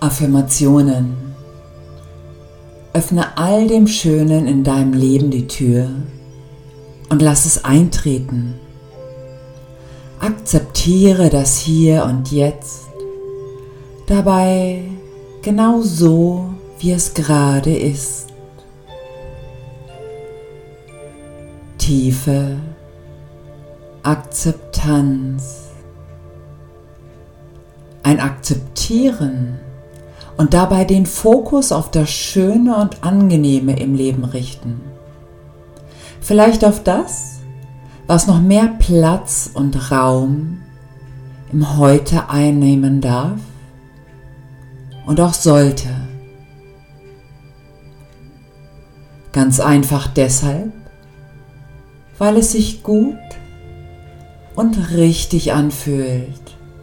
Affirmationen. Öffne all dem Schönen in deinem Leben die Tür und lass es eintreten. Akzeptiere das Hier und Jetzt, dabei genau so, wie es gerade ist. Tiefe Akzeptanz. Ein Akzeptieren und dabei den Fokus auf das Schöne und Angenehme im Leben richten. Vielleicht auf das, was noch mehr Platz und Raum im Heute einnehmen darf und auch sollte. Ganz einfach deshalb, weil es sich gut und richtig anfühlt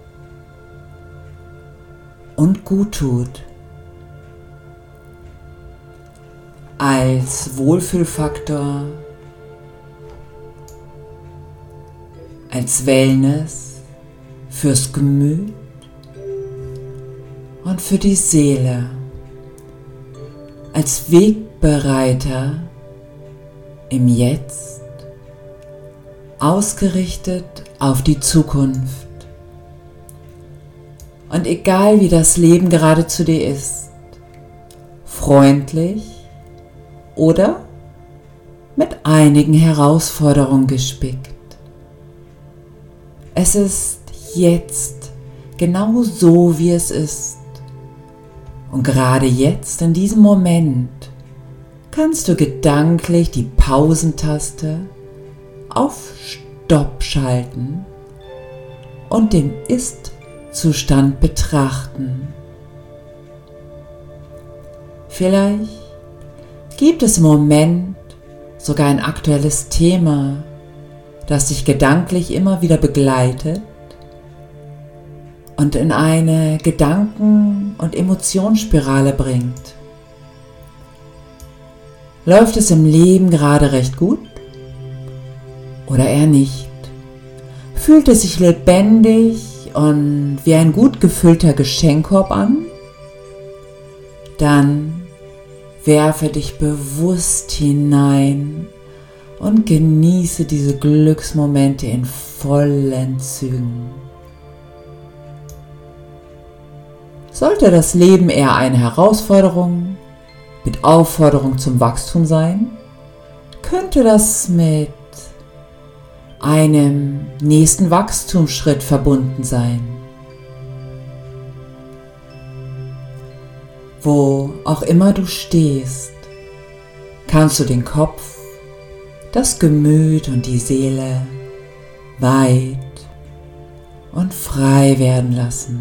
und gut tut. Als Wohlfühlfaktor, als Wellness fürs Gemüt und für die Seele, als Wegbereiter im Jetzt, ausgerichtet auf die Zukunft. Und egal wie das Leben gerade zu dir ist, freundlich oder mit einigen Herausforderungen gespickt. Es ist jetzt genau so, wie es ist. Und gerade jetzt, in diesem Moment, kannst du gedanklich die Pausentaste auf Stopp schalten und den Ist-Zustand betrachten. Vielleicht gibt es im Moment sogar ein aktuelles Thema, das dich gedanklich immer wieder begleitet und in eine Gedanken- und Emotionsspirale bringt. Läuft es im Leben gerade recht gut oder eher nicht? Fühlt es sich lebendig und wie ein gut gefüllter Geschenkkorb an? Dann werfe dich bewusst hinein und genieße diese Glücksmomente in vollen Zügen. Sollte das Leben eher eine Herausforderung mit Aufforderung zum Wachstum sein, könnte das mit einem nächsten Wachstumsschritt verbunden sein. Wo auch immer du stehst, kannst du den Kopf, das Gemüt und die Seele weit und frei werden lassen.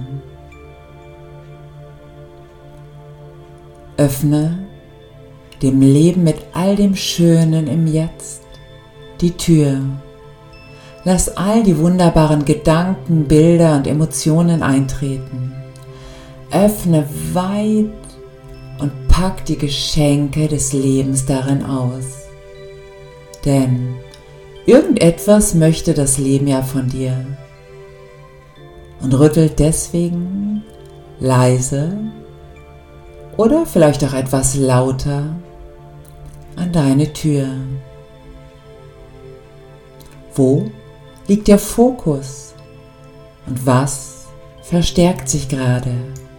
Öffne dem Leben mit all dem Schönen im Jetzt die Tür. Lass all die wunderbaren Gedanken, Bilder und Emotionen eintreten. Öffne weit und pack die Geschenke des Lebens darin aus. Denn irgendetwas möchte das Leben ja von dir und rüttelt deswegen leise oder vielleicht auch etwas lauter an deine Tür. Wo liegt der Fokus und was verstärkt sich gerade?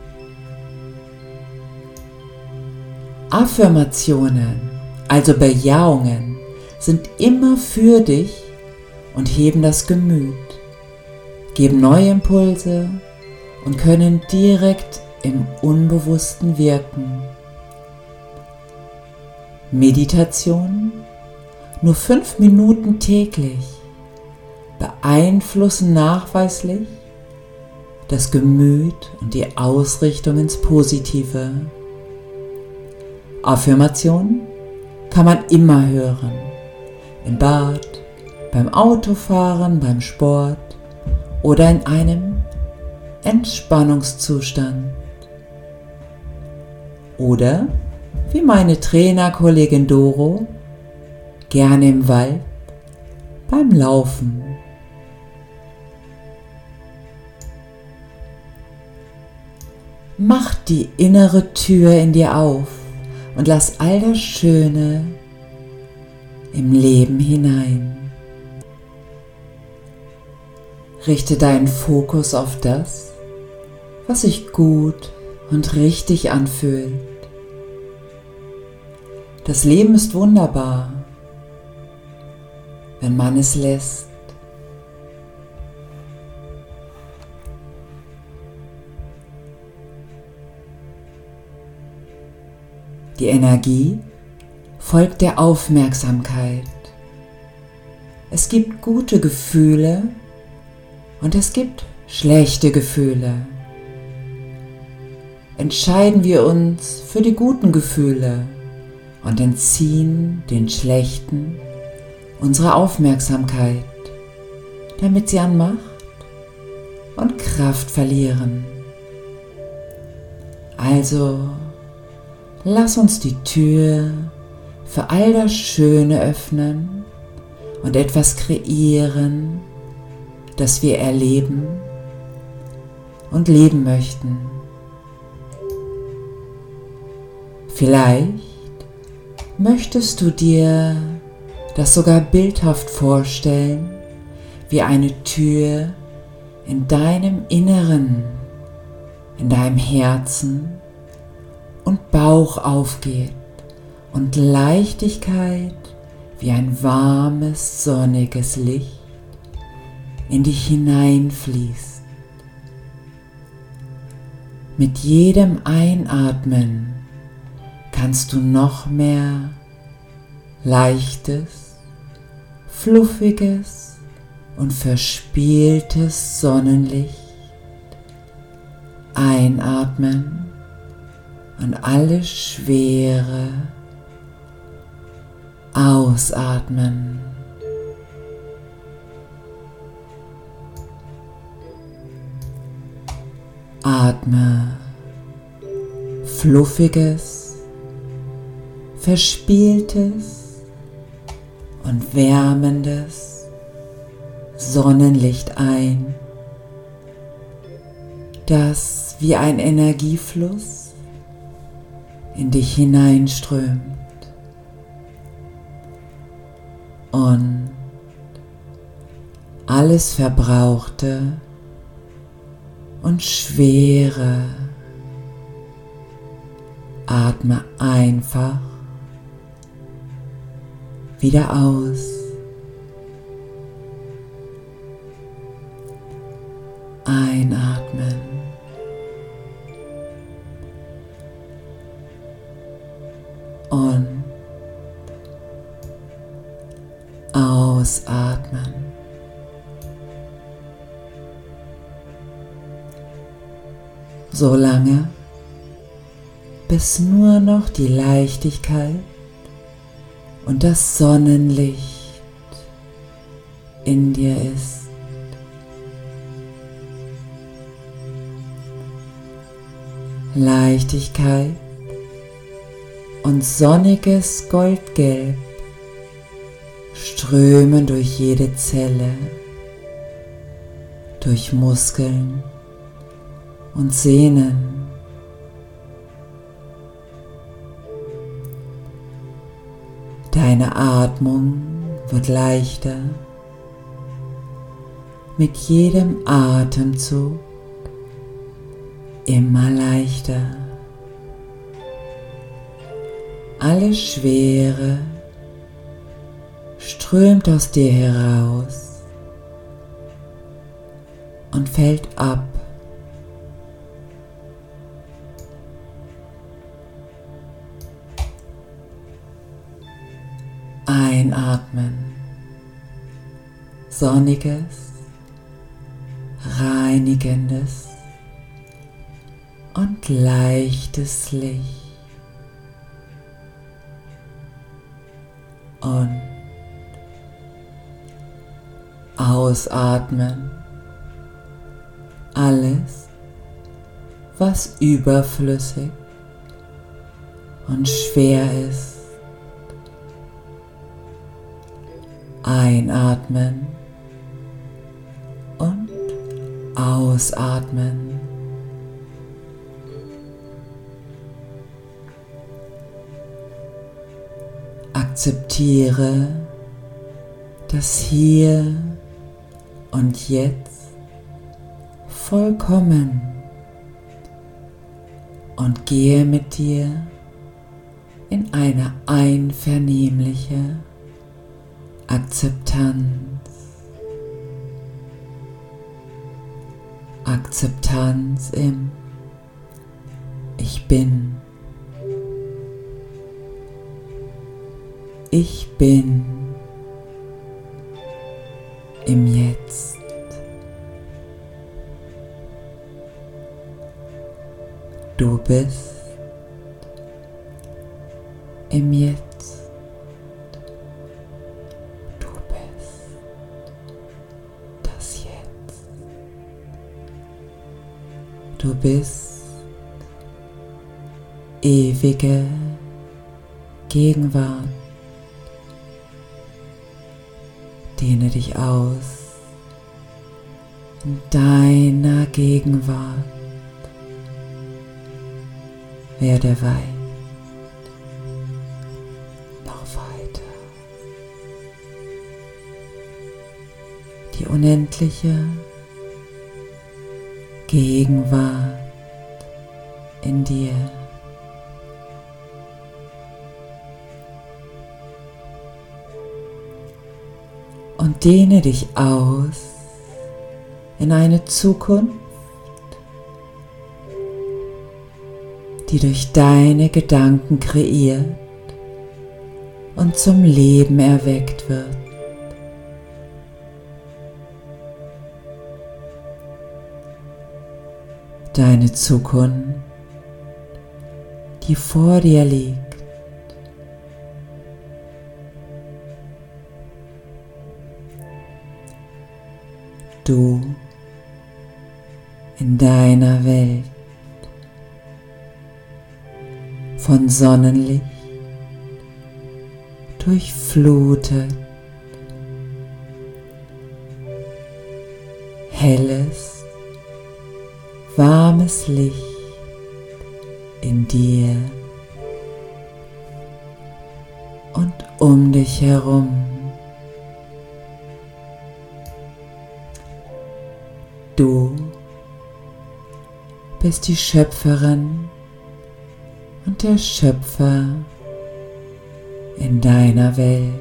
Affirmationen, also Bejahungen, sind immer für dich und heben das Gemüt, geben neue Impulse und können direkt im Unbewussten wirken. Meditation, nur 5 Minuten täglich, beeinflussen nachweislich das Gemüt und die Ausrichtung ins Positive. Affirmationen kann man immer hören. Im Bad, beim Autofahren, beim Sport oder in einem Entspannungszustand. Oder, wie meine Trainerkollegin Doro, gerne im Wald beim Laufen. Mach die innere Tür in dir auf und lass all das Schöne im Leben hinein. Richte deinen Fokus auf das, was sich gut und richtig anfühlt. Das Leben ist wunderbar, wenn man es lässt. Die Energie folgt der Aufmerksamkeit. Es gibt gute Gefühle und es gibt schlechte Gefühle. Entscheiden wir uns für die guten Gefühle und entziehen den schlechten unsere Aufmerksamkeit, damit sie an Macht und Kraft verlieren. Also lass uns die Tür für all das Schöne öffnen und etwas kreieren, das wir erleben und leben möchten. Vielleicht möchtest du dir das sogar bildhaft vorstellen, wie eine Tür in deinem Inneren, in deinem Herzen und Bauch aufgeht und Leichtigkeit wie ein warmes, sonniges Licht in dich hineinfließt. Mit jedem Einatmen kannst du noch mehr leichtes, fluffiges und verspieltes Sonnenlicht einatmen und alle Schwere ausatmen. Atme fluffiges, verspieltes und wärmendes Sonnenlicht ein, das wie ein Energiefluss in dich hineinströmt und alles Verbrauchte und Schwere atme einfach wieder aus. Einatmen und ausatmen. So lange, bis nur noch die Leichtigkeit und das Sonnenlicht in dir ist. Leichtigkeit und sonniges Goldgelb strömen durch jede Zelle, durch Muskeln und Sehnen. Deine Atmung wird leichter. Mit jedem Atemzug immer leichter. Alle Schwere strömt aus dir heraus und fällt ab. Einatmen. Sonniges, reinigendes und leichtes Licht. Und ausatmen. Alles, was überflüssig und schwer ist. Einatmen und ausatmen. Akzeptiere das Hier und Jetzt vollkommen und gehe mit dir in eine einvernehmliche Akzeptanz. Akzeptanz im Ich bin. Ich bin im Jetzt. Du bist im Jetzt. Du bist das Jetzt. Du bist ewige Gegenwart. Dehne dich aus in deiner Gegenwart. Werde weit, noch weiter. Die unendliche Gegenwart in dir. Und dehne dich aus in eine Zukunft, die durch deine Gedanken kreiert und zum Leben erweckt wird. Deine Zukunft, die vor dir liegt. Du in deiner Welt von Sonnenlicht durchflutet, helles, warmes Licht in dir und um dich herum. Du bist die Schöpferin und der Schöpfer in deiner Welt.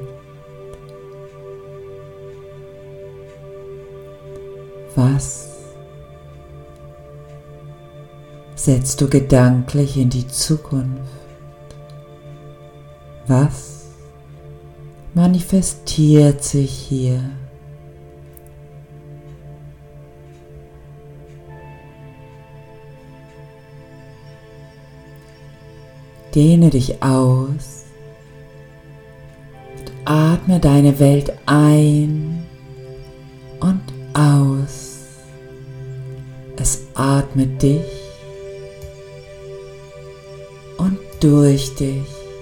Was setzt du gedanklich in die Zukunft? Was manifestiert sich hier? Dehne dich aus und atme deine Welt ein und aus. Es atmet dich und durch dich.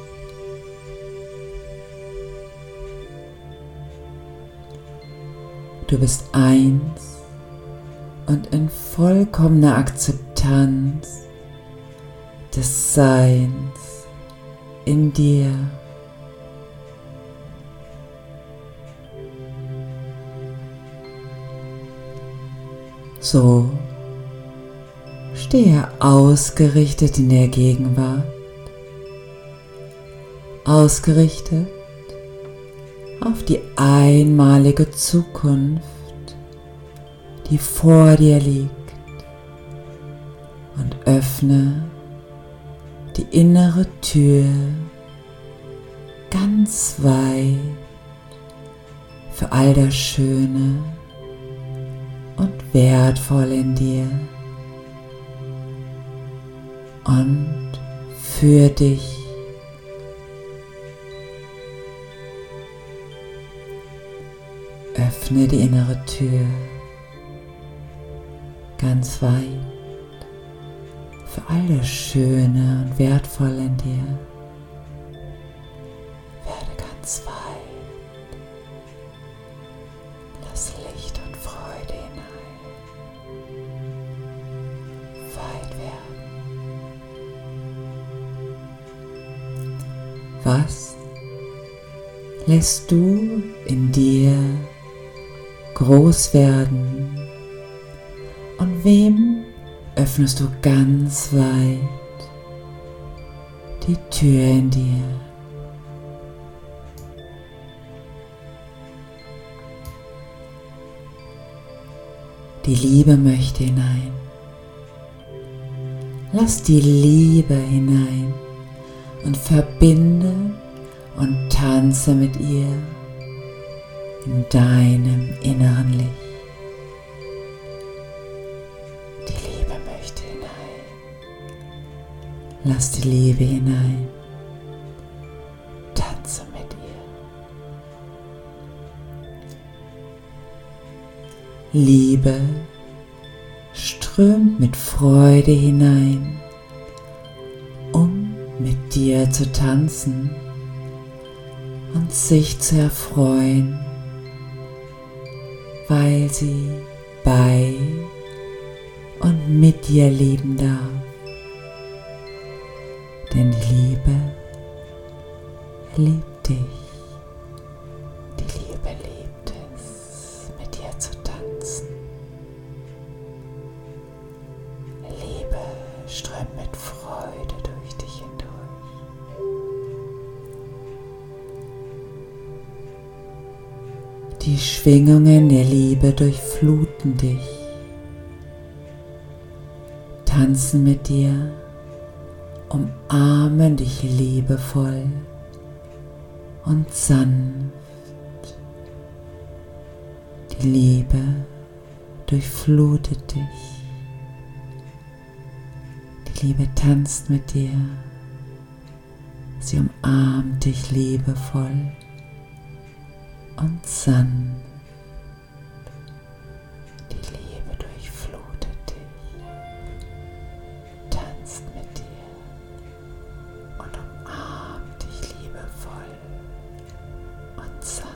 Du bist eins und in vollkommener Akzeptanz des Seins in dir. So stehe ausgerichtet in der Gegenwart, ausgerichtet auf die einmalige Zukunft, die vor dir liegt, und öffne die innere Tür ganz weit für all das Schöne und Wertvolle in dir und für dich. Öffne die innere Tür ganz weit für all das Schöne und Wertvolle in dir. Werde ganz weit. Lass Licht und Freude hinein. Weit werden. Was lässt du in dir groß werden und wem öffnest du ganz weit die Tür in dir. Die Liebe möchte hinein. Lass die Liebe hinein und verbinde und tanze mit ihr in deinem inneren Licht. Die Liebe möchte hinein. Lass die Liebe hinein. Tanze mit ihr. Liebe strömt mit Freude hinein, um mit dir zu tanzen und sich zu erfreuen, weil sie bei und mit dir lieben darf. Denn die Liebe liebt dich. Die Liebe liebt es, mit dir zu tanzen. Liebe strömt mit Freude durch dich hindurch. Die Schwingungen der Liebe durchfluten dich, tanzen mit dir, umarmen dich liebevoll und sanft. Die Liebe durchflutet dich. Die Liebe tanzt mit dir. Sie umarmt dich liebevoll und sanft. Die Liebe durchflutet dich, tanzt mit dir und umarmt dich liebevoll und sanft.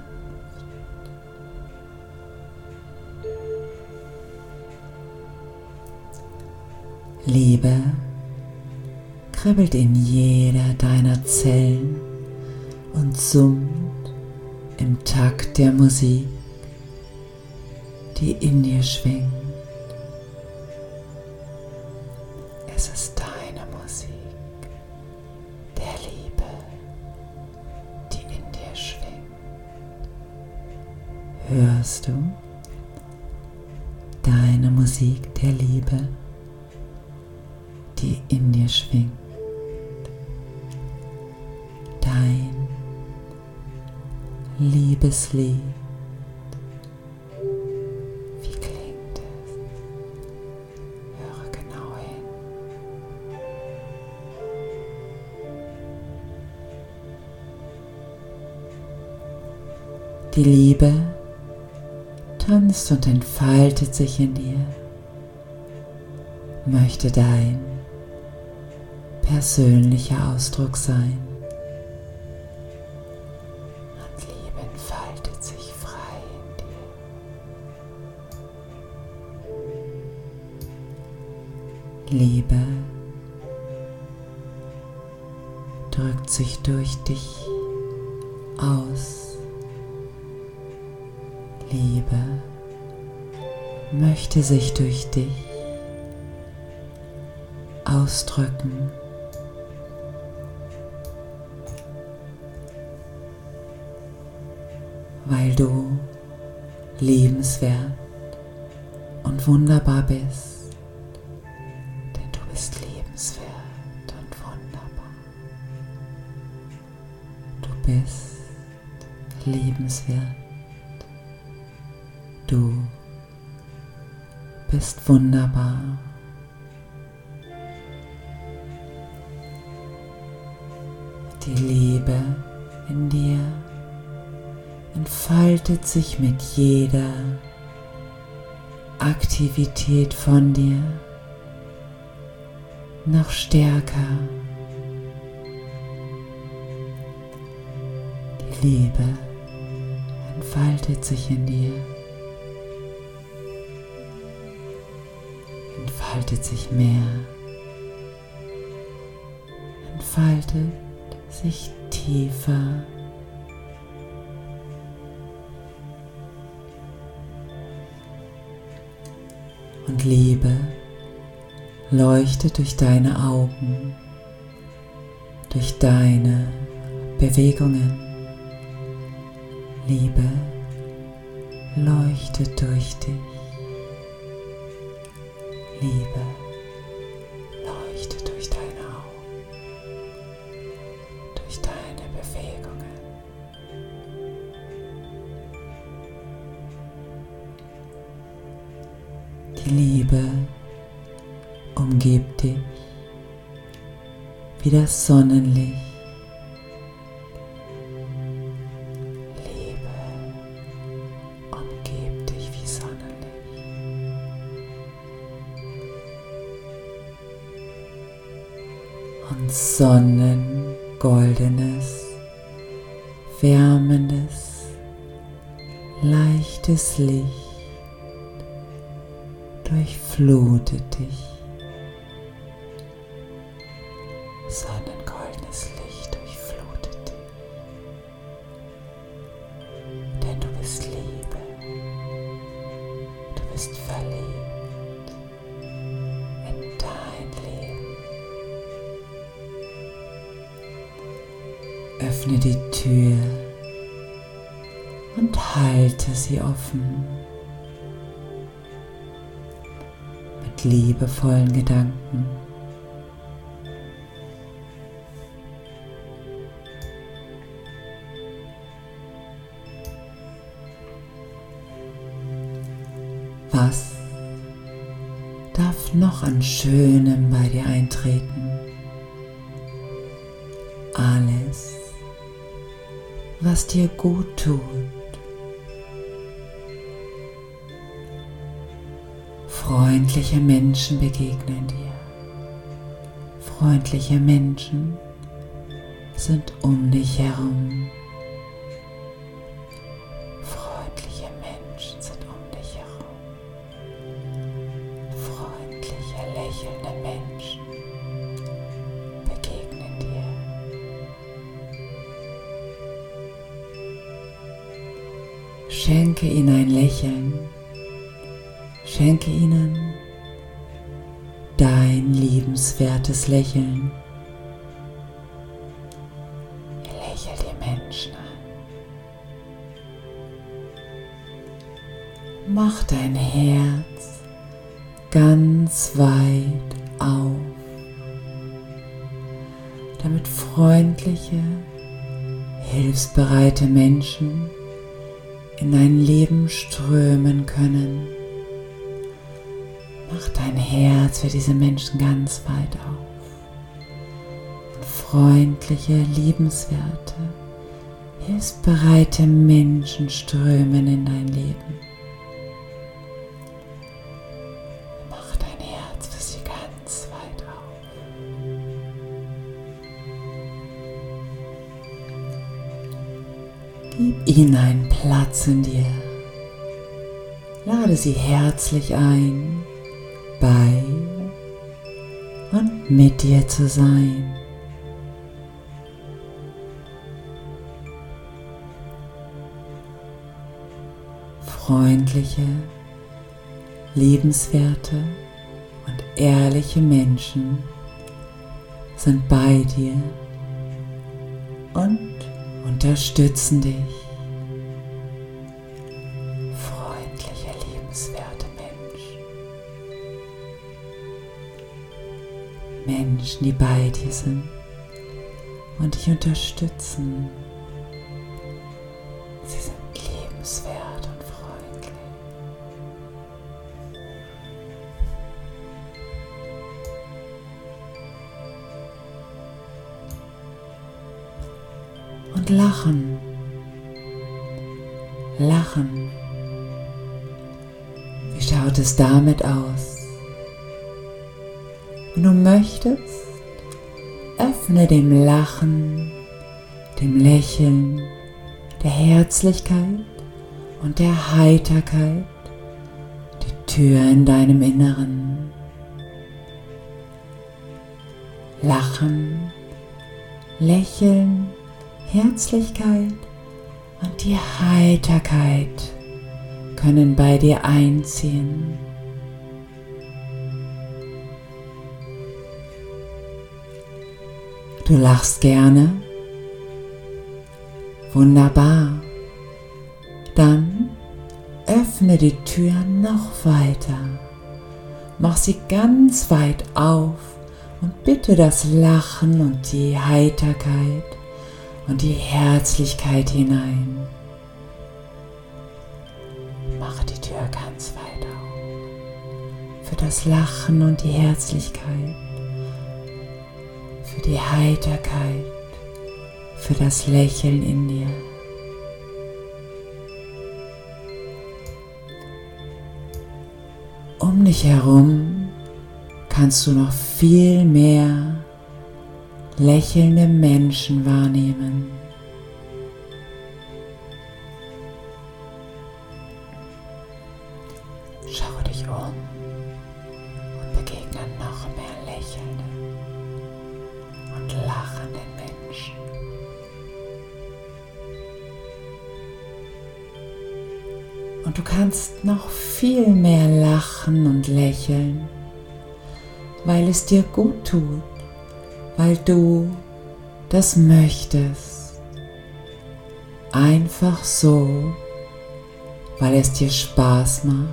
Liebe kribbelt in jeder deiner Zellen und summt im Takt der Musik, die in dir schwingt. Es ist deine Musik der Liebe, die in dir schwingt. Hörst du deine Musik der Liebe, die in dir schwingt? Dein Liebeslied. Wie klingt es? Höre genau hin. Die Liebe tanzt und entfaltet sich in dir, möchte dein persönlicher Ausdruck sein. Und Liebe entfaltet sich frei in dir. Liebe drückt sich durch dich aus. Liebe möchte sich durch dich ausdrücken. Weil du liebenswert und wunderbar bist, denn du bist liebenswert und wunderbar. Du bist liebenswert. Du bist wunderbar. Die Liebe in dir entfaltet sich mit jeder Aktivität von dir noch stärker. Die Liebe entfaltet sich in dir, entfaltet sich mehr, entfaltet sich tiefer und Liebe leuchtet durch deine Augen, durch deine Bewegungen. Liebe leuchtet durch dich. Liebe leuchtet durch deine Augen, durch deine Bewegungen. Die Liebe umgibt dich wie das Sonnenlicht. Liebe umgibt dich wie Sonnenlicht. Und sonnengoldenes, wärmendes, leichtes Licht durchflutet dich. Sonnengoldenes Licht durchflutet dich. Denn du bist Liebe. Du bist verliebt in dein Leben. Öffne die Tür und halte sie offen. Mit liebevollen Gedanken. Was darf noch an Schönem bei dir eintreten? Alles, was dir gut tut. Freundliche Menschen begegnen dir. Freundliche Menschen sind um dich herum. Freundliche Menschen sind um dich herum. Freundliche, lächelnde Menschen begegnen dir. Schenke ihnen ein Lächeln. Schenke ihnen dein liebenswertes Lächeln. Lächel die Menschen an. Mach dein Herz ganz weit auf, damit freundliche, hilfsbereite Menschen in dein Leben strömen können. Mach dein Herz für diese Menschen ganz weit auf. Und freundliche, liebenswerte, hilfsbereite Menschen strömen in dein Leben. Mach dein Herz für sie ganz weit auf. Gib ihnen einen Platz in dir. Lade sie herzlich ein, bei und mit dir zu sein. Freundliche, liebenswerte und ehrliche Menschen sind bei dir und unterstützen dich. Freundliche, liebenswerte Menschen, die bei dir sind und dich unterstützen. Sie sind liebenswert und freundlich. Und lachen. Lachen. Wie schaut es damit aus? Wenn du möchtest, öffne dem Lachen, dem Lächeln, der Herzlichkeit und der Heiterkeit die Tür in deinem Inneren. Lachen, Lächeln, Herzlichkeit und die Heiterkeit können bei dir einziehen. Du lachst gerne? Wunderbar. Dann öffne die Tür noch weiter. Mach sie ganz weit auf und bitte das Lachen und die Heiterkeit und die Herzlichkeit hinein. Mach die Tür ganz weit auf. Für das Lachen und die Herzlichkeit. Für die Heiterkeit. Für das Lächeln in dir. Um dich herum kannst du noch viel mehr lächelnde Menschen wahrnehmen. Schau dich um und begegne noch mehr lächelnden und lachenden Menschen. Und du kannst noch viel mehr lachen und lächeln, weil es dir gut tut, weil du das möchtest. Einfach so, weil es dir Spaß macht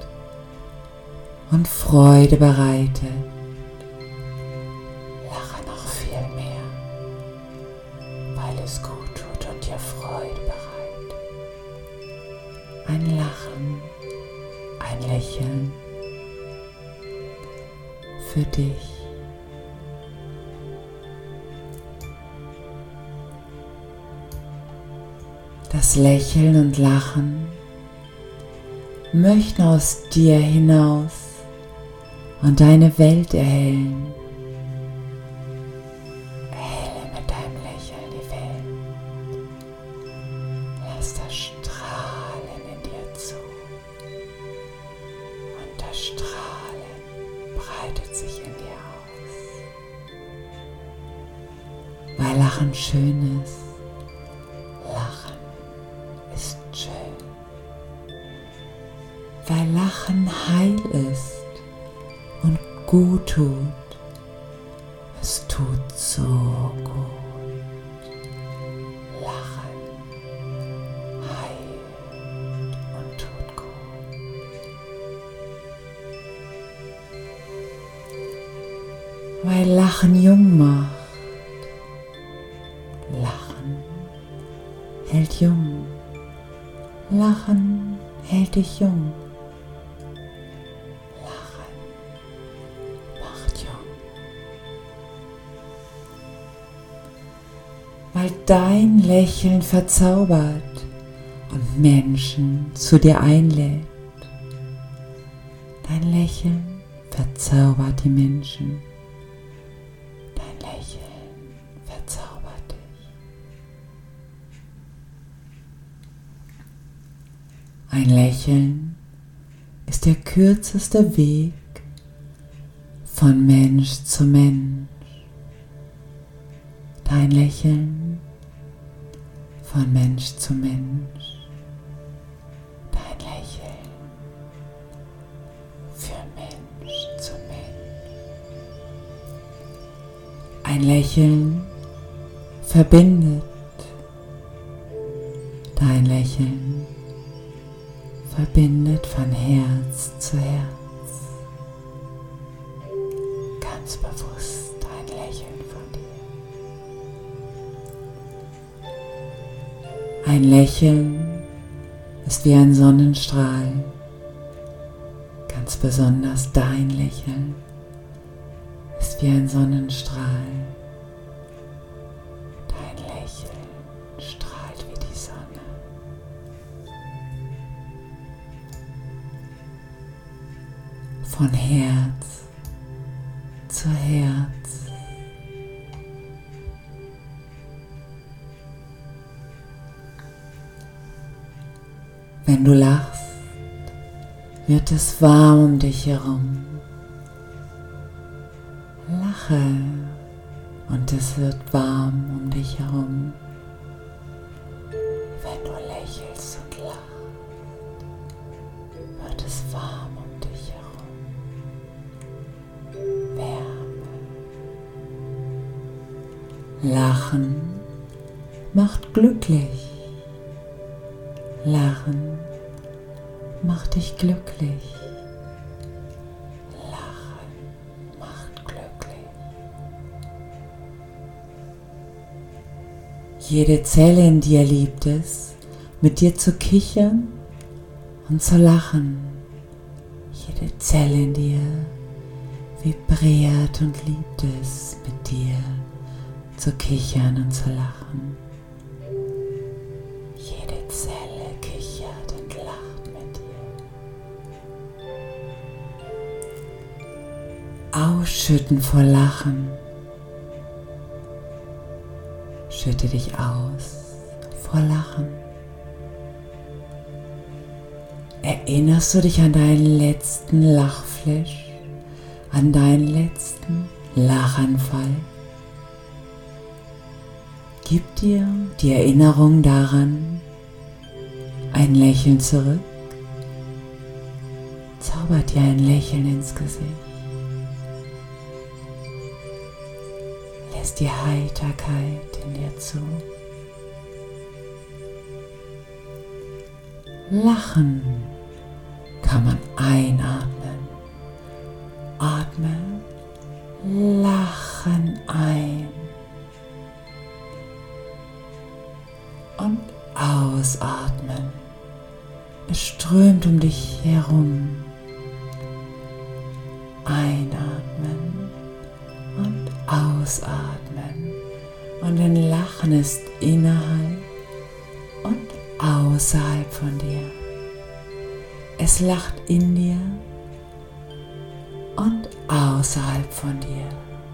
und Freude bereitet. Lache noch viel mehr, weil es gut tut und dir Freude bereitet. Ein Lachen, ein Lächeln für dich. Das Lächeln und Lachen möchten aus dir hinaus und deine Welt erhellen. Erhelle mit deinem Lächeln die Welt. Lass das Strahlen in dir zu. Und das Strahlen breitet sich in dir aus. Weil Lachen schön ist. Lachen ist schön. Weil Lachen heil ist und gut tut. Es tut so gut. Lachen heilt und tut gut. Weil Lachen jung macht. Lachen hält jung. Lachen hält dich jung. Lachen macht jung. Weil dein Lächeln verzaubert und Menschen zu dir einlädt. Dein Lächeln verzaubert die Menschen. Dein Lächeln verzaubert dich. Ein Lächeln ist der kürzeste Weg von Mensch zu Mensch. Dein Lächeln von Mensch zu Mensch. Dein Lächeln für Mensch zu Mensch. Ein Lächeln verbindet. Dein Lächeln verbindet von Herz zu Herz. Ganz bewusst ein Lächeln von dir. Ein Lächeln ist wie ein Sonnenstrahl. Ganz besonders dein Lächeln ist wie ein Sonnenstrahl. Dein Lächeln strahlt wie die Sonne. Von Herz zu Herz. Wenn du lachst, wird es warm um dich herum. Lache und es wird warm um dich herum. Wenn du lächelst und lachst, wird es warm um dich herum. Wärme, Lachen macht glücklich. Lachen macht dich glücklich. Lachen macht glücklich. Jede Zelle in dir liebt es, mit dir zu kichern und zu lachen. Jede Zelle in dir vibriert und liebt es, mit dir zu kichern und zu lachen. Jede Zelle kichert und lacht mit dir. Ausschütten vor Lachen. Schütte dich aus vor Lachen. Erinnerst du dich an deinen letzten Lachflash, an deinen letzten Lachanfall? Gib dir die Erinnerung daran ein Lächeln zurück. Zaubert dir ein Lächeln ins Gesicht. Lässt die Heiterkeit in dir zu. Lachen kann man einatmen. Atme Lachen ein und ausatmen. Es strömt um dich herum. Einatmen und ausatmen. Und ein Lachen ist innerhalb und außerhalb von dir. Es lacht in dir und außerhalb von dir.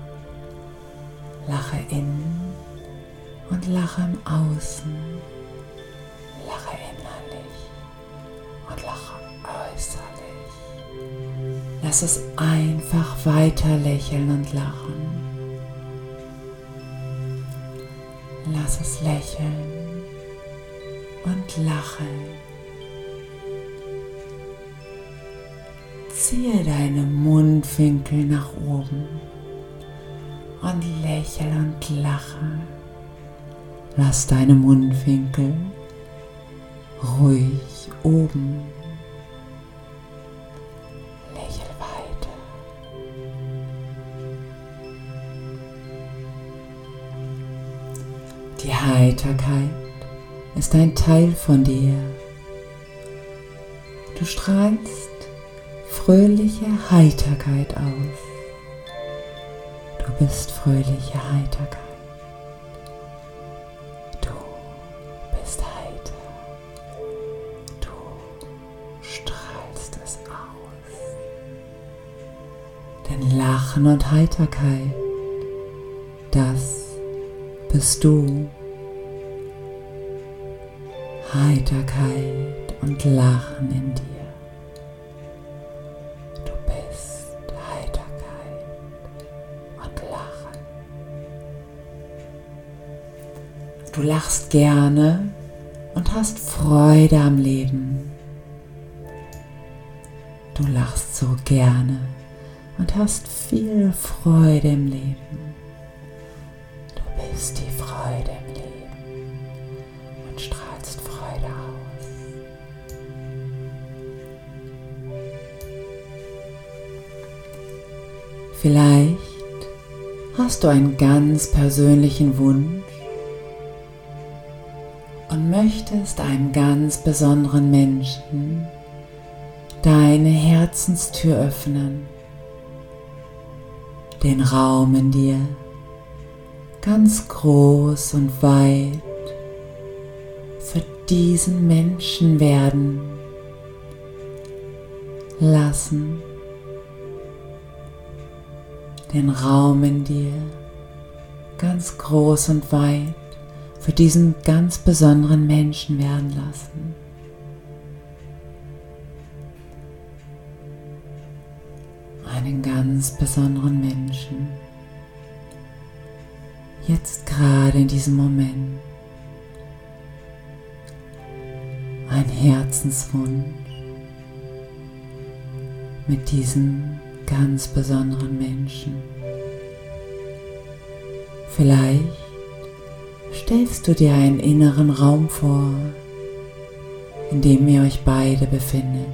Lache innen und lache im Außen. Lache innerlich und lache äußerlich. Lass es einfach weiter lächeln und lachen. Lass es lächeln und lachen. Ziehe deine Mundwinkel nach oben und lächle und lache. Lass deine Mundwinkel ruhig oben. Lächle weiter. Die Heiterkeit ist ein Teil von dir. Du strahlst fröhliche Heiterkeit aus. Du bist fröhliche Heiterkeit. Du bist heiter. Du strahlst es aus. Denn Lachen und Heiterkeit, das bist du. Heiterkeit und Lachen in dir. Du lachst gerne und hast Freude am Leben. Du lachst so gerne und hast viel Freude im Leben. Du bist die Freude im Leben und strahlst Freude aus. Vielleicht hast du einen ganz persönlichen Wunsch und möchtest einem ganz besonderen Menschen deine Herzenstür öffnen, den Raum in dir ganz groß und weit für diesen Menschen werden lassen, den Raum in dir ganz groß und weit für diesen ganz besonderen Menschen werden lassen. Einen ganz besonderen Menschen. Jetzt gerade in diesem Moment. Ein Herzenswunsch mit diesem ganz besonderen Menschen. Vielleicht stellst du dir einen inneren Raum vor, in dem ihr euch beide befindet.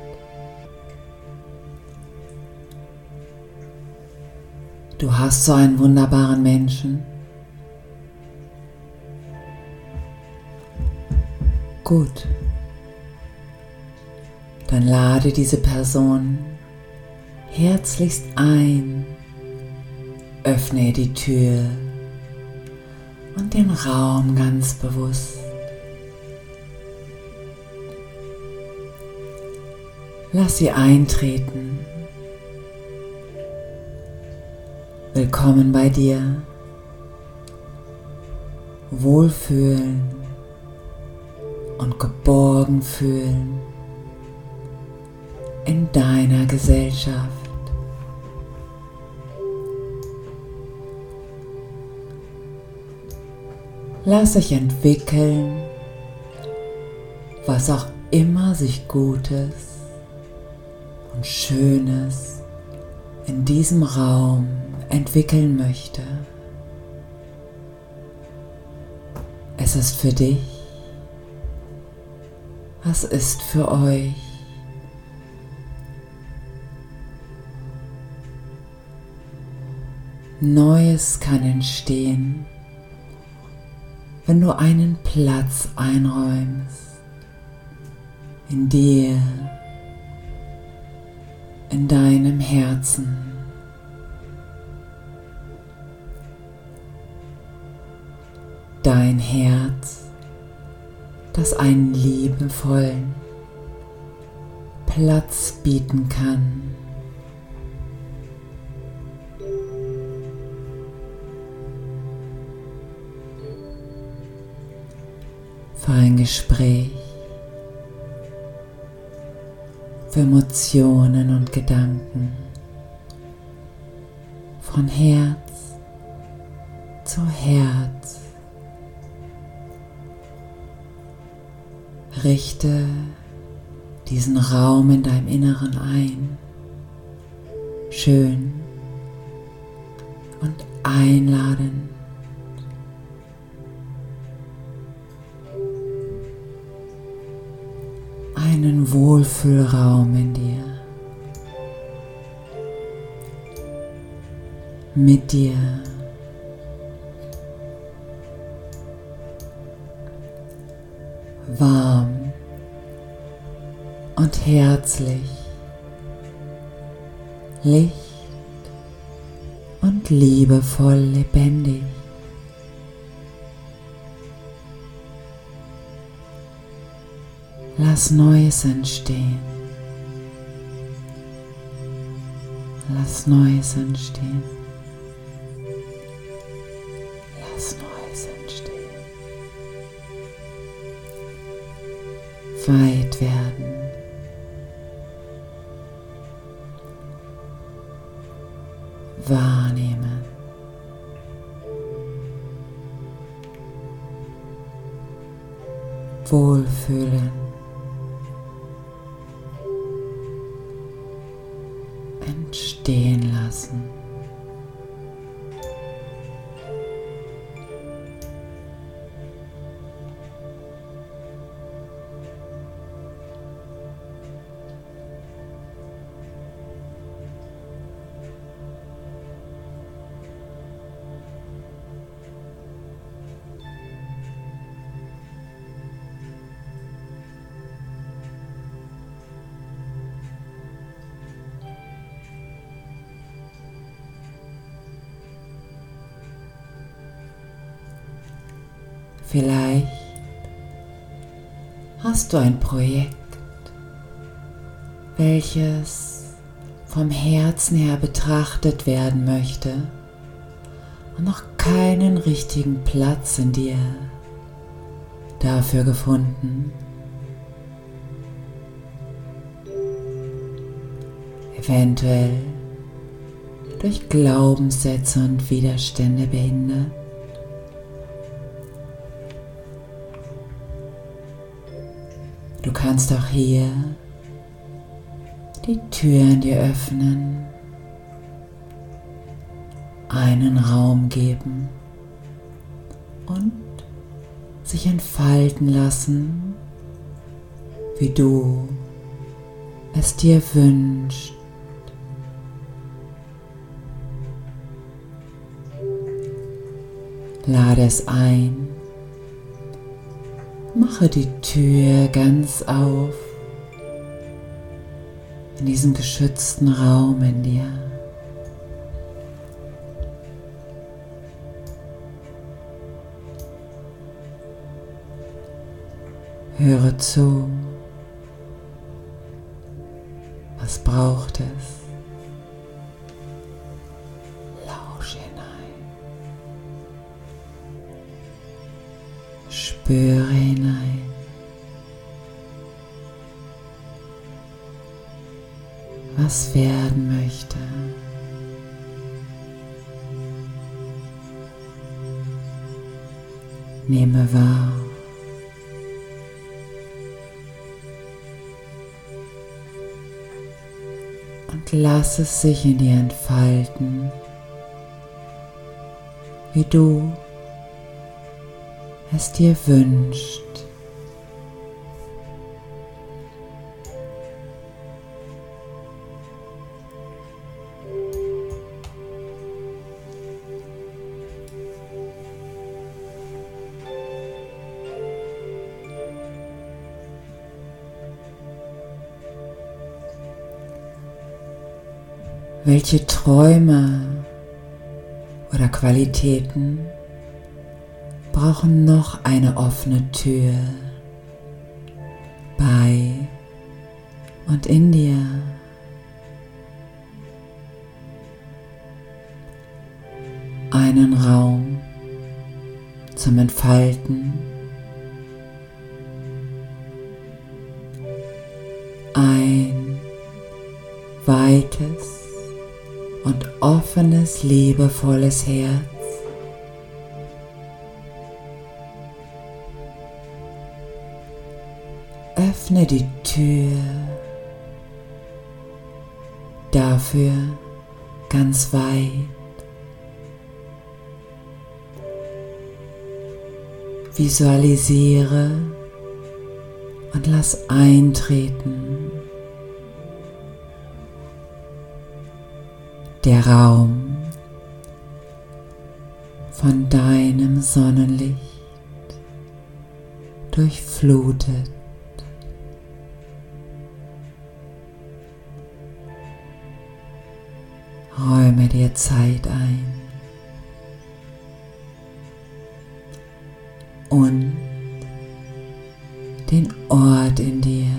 Du hast so einen wunderbaren Menschen. Gut. Dann lade diese Person herzlichst ein. Öffne ihr die Tür und den Raum ganz bewusst. Lass sie eintreten. Willkommen bei dir. Wohlfühlen und geborgen fühlen in deiner Gesellschaft. Lass sich entwickeln, was auch immer sich Gutes und Schönes in diesem Raum entwickeln möchte. Es ist für dich, es ist für euch. Neues kann entstehen, wenn du einen Platz einräumst, in dir, in deinem Herzen. Dein Herz, das einen liebevollen Platz bieten kann. Für ein Gespräch, für Emotionen und Gedanken, von Herz zu Herz. Richte diesen Raum in deinem Inneren ein, schön und einladend. Einen Wohlfühlraum in dir, mit dir, warm und herzlich, Licht und liebevoll lebendig. Lass Neues entstehen. Lass Neues entstehen. Lass Neues entstehen. Weit werden. Wahrnehmen. Wohlfühlen. Entstehen lassen. Vielleicht hast du ein Projekt, welches vom Herzen her betrachtet werden möchte und noch keinen richtigen Platz in dir dafür gefunden. Eventuell durch Glaubenssätze und Widerstände behindert. Du kannst auch hier die Türen dir öffnen, einen Raum geben und sich entfalten lassen, wie du es dir wünschst. Lade es ein, mache die Tür ganz auf in diesem geschützten Raum in dir. Höre zu, was braucht es? Lausche hinein, spüre hinein. Was werden möchte. Nehme wahr. Und lass es sich in dir entfalten, wie du es dir wünschst. Welche Träume oder Qualitäten brauchen noch eine offene Tür bei und in dir? Einen Raum zum Entfalten, ein weites und offenes, liebevolles Herz. Öffne die Tür dafür ganz weit. Visualisiere und lass eintreten. Der Raum von deinem Sonnenlicht durchflutet. Räume dir Zeit ein und den Ort in dir.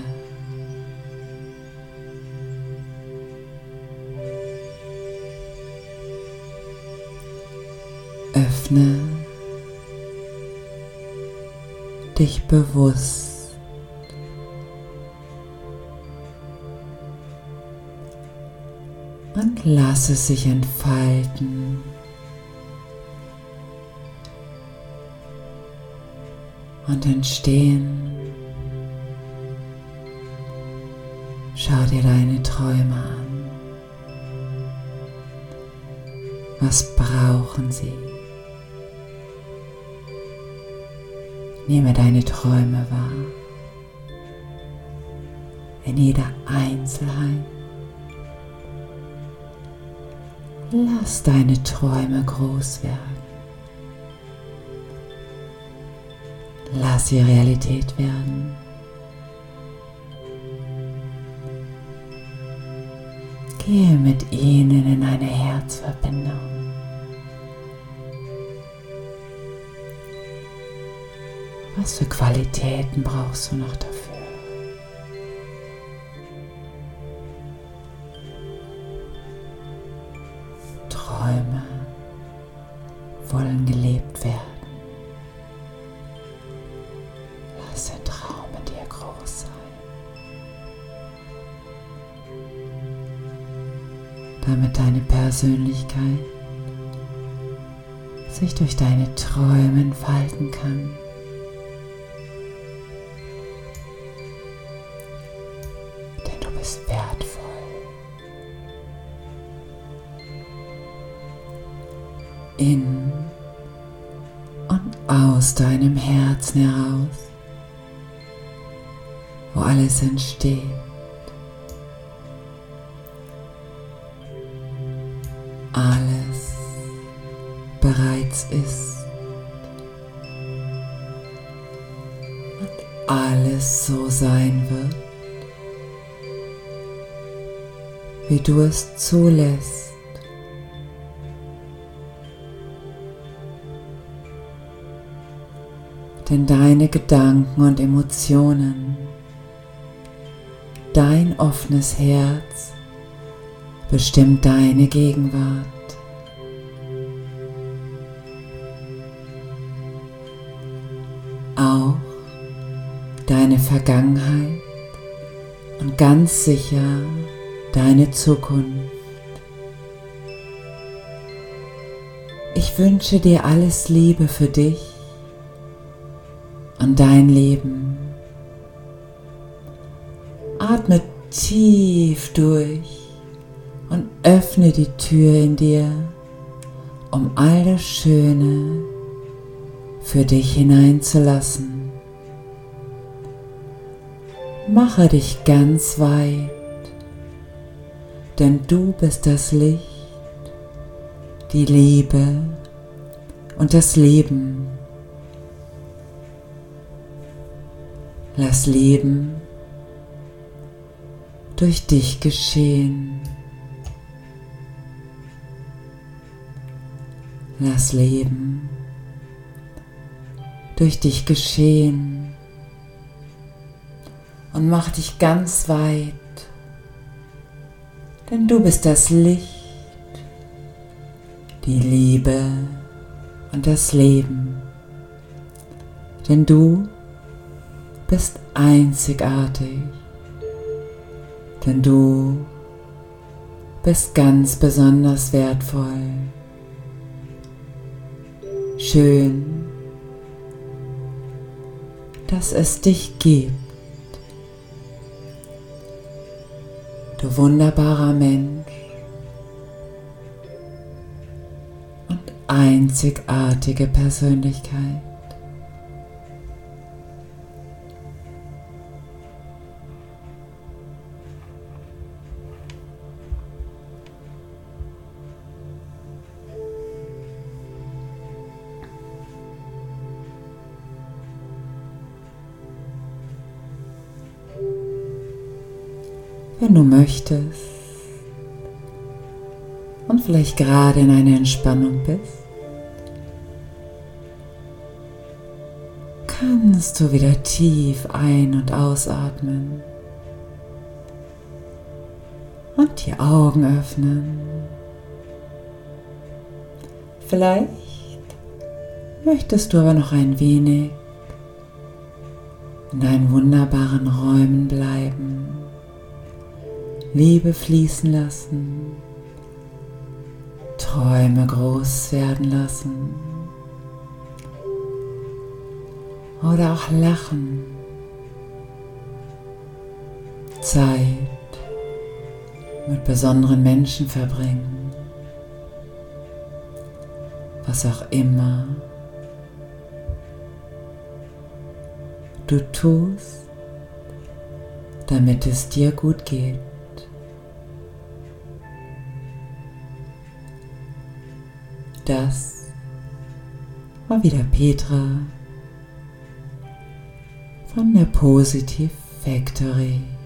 Öffne dich bewusst und lass es sich entfalten. Und entstehen. Schau dir deine Träume an. Was brauchen sie? Nehme deine Träume wahr. In jeder Einzelheit. Lass deine Träume groß werden. Lass sie Realität werden. Gehe mit ihnen in eine Herzverbindung. Was für Qualitäten brauchst du noch dafür? Träume wollen gelebt werden. Lass der Traum in dir groß sein, damit deine Persönlichkeit sich durch deine Träume entfalten kann. Denn du bist wertvoll. In und aus aus deinem Herzen heraus, wo alles entsteht. Alles bereits ist und alles so sein wird, wie du es zulässt. Denn deine Gedanken und Emotionen, dein offenes Herz bestimmt deine Gegenwart. Auch deine Vergangenheit und ganz sicher deine Zukunft. Ich wünsche dir alles Liebe für dich und dein Leben. Atme tief durch und öffne die Tür in dir, um all das Schöne für dich hineinzulassen. Mache dich ganz weit, denn du bist das Licht, die Liebe und das Leben. Lass Leben durch dich geschehen. Lass Leben durch dich geschehen und mach dich ganz weit, denn du bist das Licht, die Liebe und das Leben, denn du bist einzigartig, denn du bist ganz besonders wertvoll. Schön, dass es dich gibt, du wunderbarer Mensch und einzigartige Persönlichkeit. Wenn du möchtest und vielleicht gerade in einer Entspannung bist, kannst du wieder tief ein- und ausatmen und die Augen öffnen. Vielleicht möchtest du aber noch ein wenig in deinen wunderbaren Räumen bleiben. Liebe fließen lassen, Träume groß werden lassen oder auch lachen, Zeit mit besonderen Menschen verbringen, was auch immer du tust, damit es dir gut geht. Das war wieder Petra von der Positive Factory.